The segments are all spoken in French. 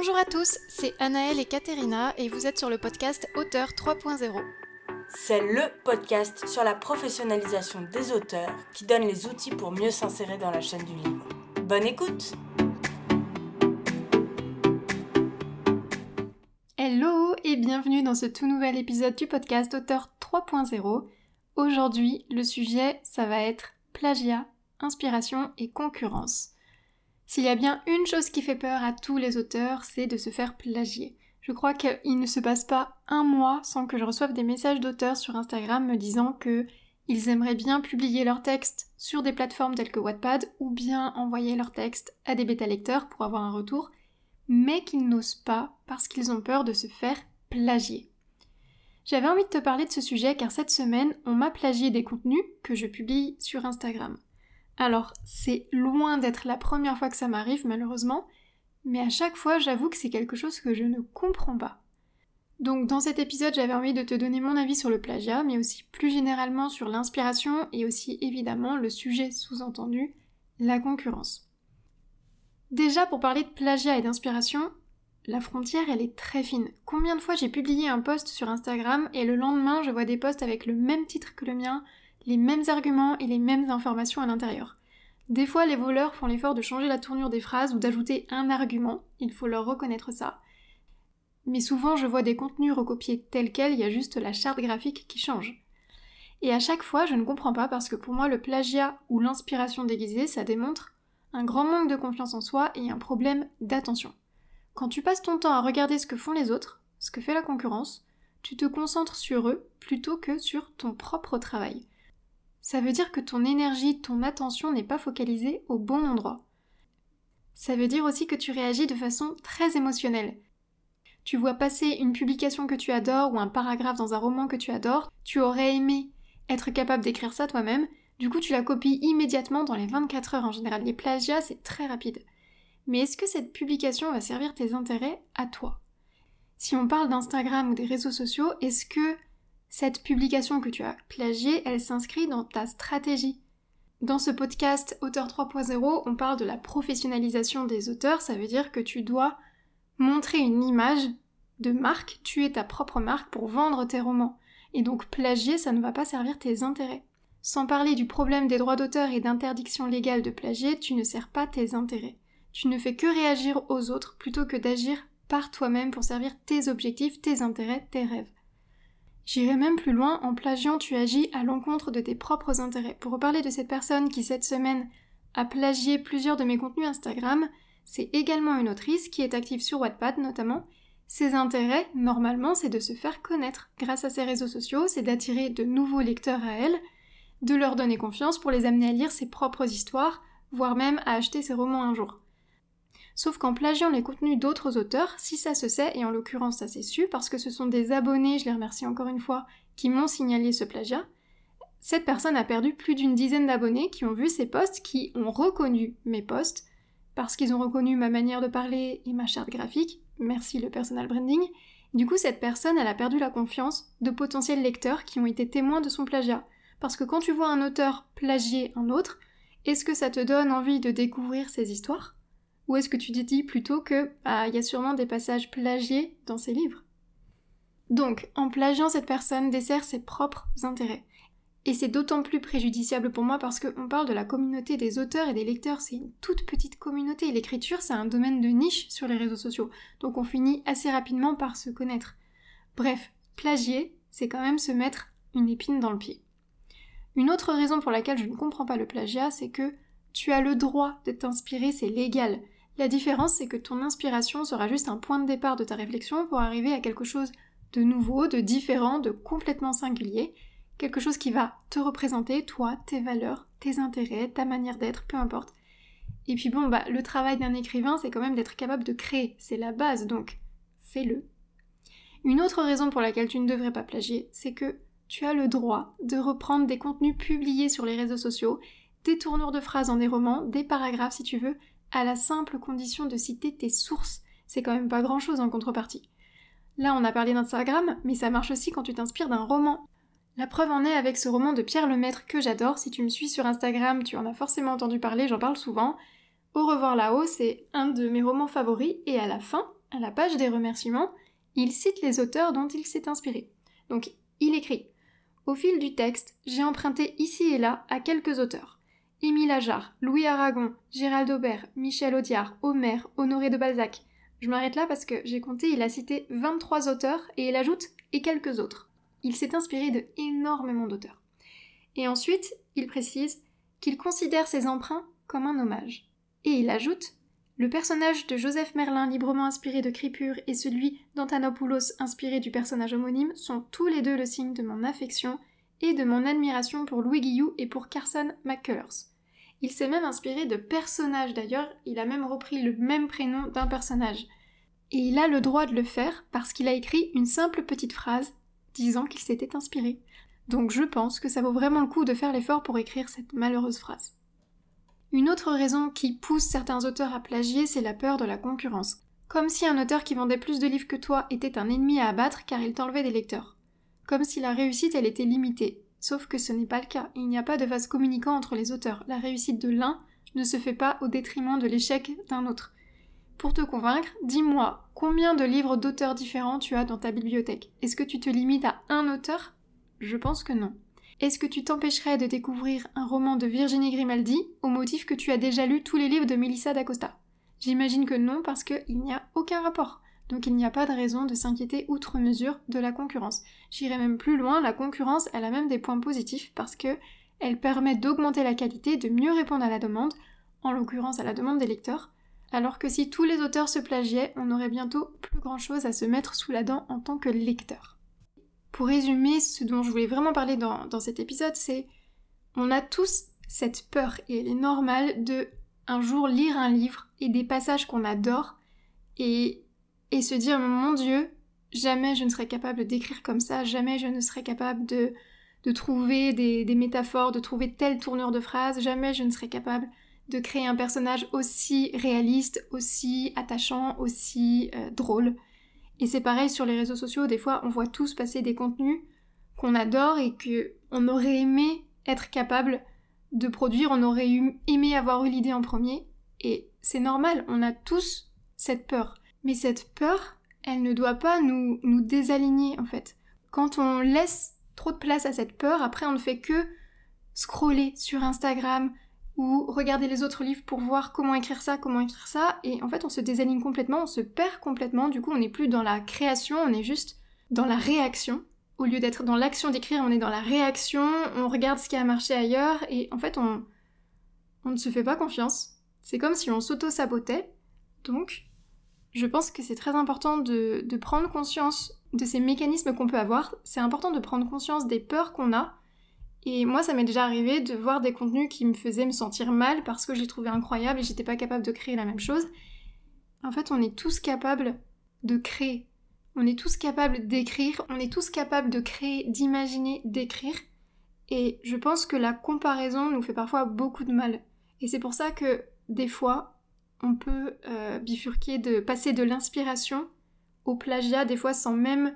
Bonjour à tous, c'est Anaëlle et Katerina et vous êtes sur le podcast Auteur 3.0. C'est le podcast sur la professionnalisation des auteurs qui donne les outils pour mieux s'insérer dans la chaîne du livre. Bonne écoute! Hello et bienvenue dans ce tout nouvel épisode du podcast Auteur 3.0. Aujourd'hui, le sujet, ça va être plagiat, inspiration et concurrence. S'il y a bien une chose qui fait peur à tous les auteurs, c'est de se faire plagier. Je crois qu'il ne se passe pas un mois sans que je reçoive des messages d'auteurs sur Instagram me disant qu'ils aimeraient bien publier leurs textes sur des plateformes telles que Wattpad ou bien envoyer leurs textes à des bêta-lecteurs pour avoir un retour, mais qu'ils n'osent pas parce qu'ils ont peur de se faire plagier. J'avais envie de te parler de ce sujet car cette semaine, on m'a plagié des contenus que je publie sur Instagram. Alors, c'est loin d'être la première fois que ça m'arrive, malheureusement, mais à chaque fois, j'avoue que c'est quelque chose que je ne comprends pas. Donc, dans cet épisode, j'avais envie de te donner mon avis sur le plagiat, mais aussi plus généralement sur l'inspiration et aussi, évidemment, le sujet sous-entendu, la concurrence. Déjà, pour parler de plagiat et d'inspiration, la frontière, elle est très fine. Combien de fois j'ai publié un post sur Instagram et le lendemain, je vois des posts avec le même titre que le mien, les mêmes arguments et les mêmes informations à l'intérieur. Des fois, les voleurs font l'effort de changer la tournure des phrases ou d'ajouter un argument, il faut leur reconnaître ça. Mais souvent, je vois des contenus recopiés tels quels, il y a juste la charte graphique qui change. Et à chaque fois, je ne comprends pas parce que pour moi, le plagiat ou l'inspiration déguisée, ça démontre un grand manque de confiance en soi et un problème d'attention. Quand tu passes ton temps à regarder ce que font les autres, ce que fait la concurrence, tu te concentres sur eux plutôt que sur ton propre travail. Ça veut dire que ton énergie, ton attention n'est pas focalisée au bon endroit. Ça veut dire aussi que tu réagis de façon très émotionnelle. Tu vois passer une publication que tu adores ou un paragraphe dans un roman que tu adores, tu aurais aimé être capable d'écrire ça toi-même, du coup tu la copies immédiatement dans les 24 heures en général. Les plagiats, c'est très rapide. Mais est-ce que cette publication va servir tes intérêts à toi ? Si on parle d'Instagram ou des réseaux sociaux, est-ce que cette publication que tu as plagiée, elle s'inscrit dans ta stratégie. Dans ce podcast Auteur 3.0, on parle de la professionnalisation des auteurs, ça veut dire que tu dois montrer une image de marque, tu es ta propre marque pour vendre tes romans. Et donc plagier, ça ne va pas servir tes intérêts. Sans parler du problème des droits d'auteur et d'interdiction légale de plagier, tu ne sers pas tes intérêts. Tu ne fais que réagir aux autres plutôt que d'agir par toi-même pour servir tes objectifs, tes intérêts, tes rêves. J'irai même plus loin, en plagiant, tu agis à l'encontre de tes propres intérêts. Pour reparler de cette personne qui, cette semaine, a plagié plusieurs de mes contenus Instagram, c'est également une autrice qui est active sur Wattpad notamment. Ses intérêts, normalement, c'est de se faire connaître. Grâce à ses réseaux sociaux, c'est d'attirer de nouveaux lecteurs à elle, de leur donner confiance pour les amener à lire ses propres histoires, voire même à acheter ses romans un jour. Sauf qu'en plagiant les contenus d'autres auteurs, si ça se sait, et en l'occurrence ça s'est su, parce que ce sont des abonnés, je les remercie encore une fois, qui m'ont signalé ce plagiat, cette personne a perdu plus d'une dizaine d'abonnés qui ont vu ces posts, qui ont reconnu mes posts, parce qu'ils ont reconnu ma manière de parler et ma charte graphique, merci le personal branding. Du coup, cette personne, elle a perdu la confiance de potentiels lecteurs qui ont été témoins de son plagiat. Parce que quand tu vois un auteur plagier un autre, est-ce que ça te donne envie de découvrir ses histoires ? Ou est-ce que tu te dis plutôt que y a sûrement des passages plagiés dans ses livres ? Donc, en plagiant, cette personne dessert ses propres intérêts. Et c'est d'autant plus préjudiciable pour moi parce qu'on parle de la communauté des auteurs et des lecteurs, c'est une toute petite communauté. L'écriture, c'est un domaine de niche sur les réseaux sociaux, donc on finit assez rapidement par se connaître. Bref, plagier, c'est quand même se mettre une épine dans le pied. Une autre raison pour laquelle je ne comprends pas le plagiat, c'est que tu as le droit de t'inspirer, c'est légal. La différence, c'est que ton inspiration sera juste un point de départ de ta réflexion pour arriver à quelque chose de nouveau, de différent, de complètement singulier, quelque chose qui va te représenter, toi, tes valeurs, tes intérêts, ta manière d'être, peu importe. Et puis le travail d'un écrivain, c'est quand même d'être capable de créer, c'est la base, donc fais-le. Une autre raison pour laquelle tu ne devrais pas plagier, c'est que tu as le droit de reprendre des contenus publiés sur les réseaux sociaux, des tournures de phrases dans des romans, des paragraphes si tu veux, à la simple condition de citer tes sources. C'est quand même pas grand-chose en contrepartie. Là, on a parlé d'Instagram, mais ça marche aussi quand tu t'inspires d'un roman. La preuve en est avec ce roman de Pierre Lemaitre que j'adore. Si tu me suis sur Instagram, tu en as forcément entendu parler, j'en parle souvent. Au revoir là-haut, c'est un de mes romans favoris, et à la fin, à la page des remerciements, il cite les auteurs dont il s'est inspiré. Donc, il écrit « Au fil du texte, j'ai emprunté ici et là à quelques auteurs. Émile Ajar, Louis Aragon, Gérald Aubert, Michel Audiard, Homère, Honoré de Balzac. » Je m'arrête là parce que j'ai compté, il a cité 23 auteurs et il ajoute « et quelques autres ». Il s'est inspiré de énormément d'auteurs. Et ensuite, il précise qu'il considère ses emprunts comme un hommage. Et il ajoute « Le personnage de Joseph Merlin librement inspiré de Crépure et celui d'Antanopoulos inspiré du personnage homonyme sont tous les deux le signe de mon affection et de mon admiration pour Louis Guillou et pour Carson McCullers. » Il s'est même inspiré de personnages d'ailleurs, il a même repris le même prénom d'un personnage. Et il a le droit de le faire parce qu'il a écrit une simple petite phrase disant qu'il s'était inspiré. Donc je pense que ça vaut vraiment le coup de faire l'effort pour écrire cette malheureuse phrase. Une autre raison qui pousse certains auteurs à plagier, c'est la peur de la concurrence. Comme si un auteur qui vendait plus de livres que toi était un ennemi à abattre car il t'enlevait des lecteurs. Comme si la réussite elle était limitée. Sauf que ce n'est pas le cas. Il n'y a pas de vase communicant entre les auteurs. La réussite de l'un ne se fait pas au détriment de l'échec d'un autre. Pour te convaincre, dis-moi, combien de livres d'auteurs différents tu as dans ta bibliothèque? Est-ce que tu te limites à un auteur? Je pense que non. Est-ce que tu t'empêcherais de découvrir un roman de Virginie Grimaldi au motif que tu as déjà lu tous les livres de Melissa d'Acosta? J'imagine que non parce qu'il n'y a aucun rapport. Donc il n'y a pas de raison de s'inquiéter outre mesure de la concurrence. J'irai même plus loin, la concurrence elle a même des points positifs parce que elle permet d'augmenter la qualité, de mieux répondre à la demande, en l'occurrence à la demande des lecteurs, alors que si tous les auteurs se plagiaient, on n'aurait bientôt plus grand chose à se mettre sous la dent en tant que lecteur. Pour résumer, ce dont je voulais vraiment parler dans cet épisode, c'est on a tous cette peur, et elle est normale, de un jour lire un livre et des passages qu'on adore et se dire mon Dieu, jamais je ne serai capable d'écrire comme ça, jamais je ne serai capable de trouver des métaphores, de trouver telle tournure de phrase, jamais je ne serai capable de créer un personnage aussi réaliste, aussi attachant, aussi drôle. Et c'est pareil sur les réseaux sociaux, des fois on voit tous passer des contenus qu'on adore et qu'on aurait aimé être capable de produire, on aurait aimé avoir eu l'idée en premier, et c'est normal, on a tous cette peur. Mais cette peur, elle ne doit pas nous désaligner en fait. Quand on laisse trop de place à cette peur, après on ne fait que scroller sur Instagram ou regarder les autres livres pour voir comment écrire ça, et en fait on se désaligne complètement, on se perd complètement, du coup on n'est plus dans la création, on est juste dans la réaction. Au lieu d'être dans l'action d'écrire, on est dans la réaction, on regarde ce qui a marché ailleurs, et en fait on ne se fait pas confiance. C'est comme si on s'auto-sabotait, donc je pense que c'est très important de prendre conscience de ces mécanismes qu'on peut avoir, c'est important de prendre conscience des peurs qu'on a, et moi ça m'est déjà arrivé de voir des contenus qui me faisaient me sentir mal parce que je les trouvais incroyables et j'étais pas capable de créer la même chose. En fait on est tous capables de créer, on est tous capables d'écrire, on est tous capables de créer, d'imaginer, d'écrire, et je pense que la comparaison nous fait parfois beaucoup de mal, et c'est pour ça que des fois on peut bifurquer, de passer de l'inspiration au plagiat, des fois sans même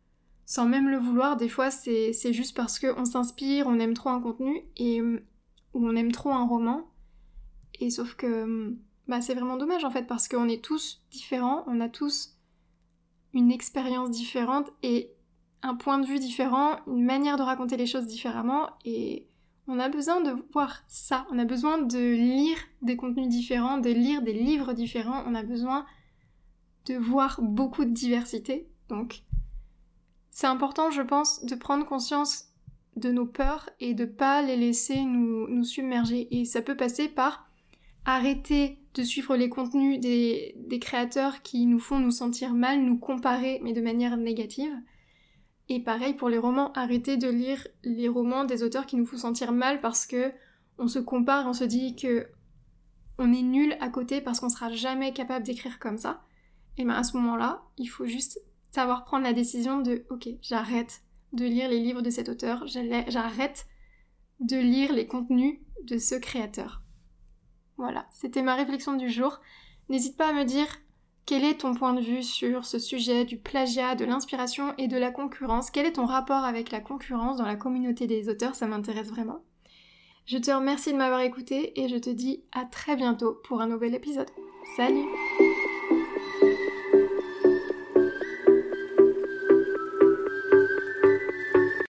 le vouloir, des fois c'est juste parce qu'on s'inspire, on aime trop un contenu, ou on aime trop un roman, et sauf que c'est vraiment dommage en fait, parce qu'on est tous différents, on a tous une expérience différente, et un point de vue différent, une manière de raconter les choses différemment, et on a besoin de voir ça, on a besoin de lire des contenus différents, de lire des livres différents, on a besoin de voir beaucoup de diversité, donc c'est important, je pense, de prendre conscience de nos peurs et de pas les laisser nous submerger. Et ça peut passer par arrêter de suivre les contenus des créateurs qui nous font nous sentir mal, nous comparer, mais de manière négative. Et pareil pour les romans, arrêter de lire les romans des auteurs qui nous font sentir mal parce que on se compare, on se dit que on est nul à côté parce qu'on sera jamais capable d'écrire comme ça. Et à ce moment-là, il faut juste savoir prendre la décision de « Ok, j'arrête de lire les livres de cet auteur, j'arrête de lire les contenus de ce créateur. » Voilà, c'était ma réflexion du jour. N'hésite pas à me dire quel est ton point de vue sur ce sujet du plagiat, de l'inspiration et de la concurrence. Quel est ton rapport avec la concurrence dans la communauté des auteurs, ça m'intéresse vraiment. Je te remercie de m'avoir écouté et je te dis à très bientôt pour un nouvel épisode. Salut!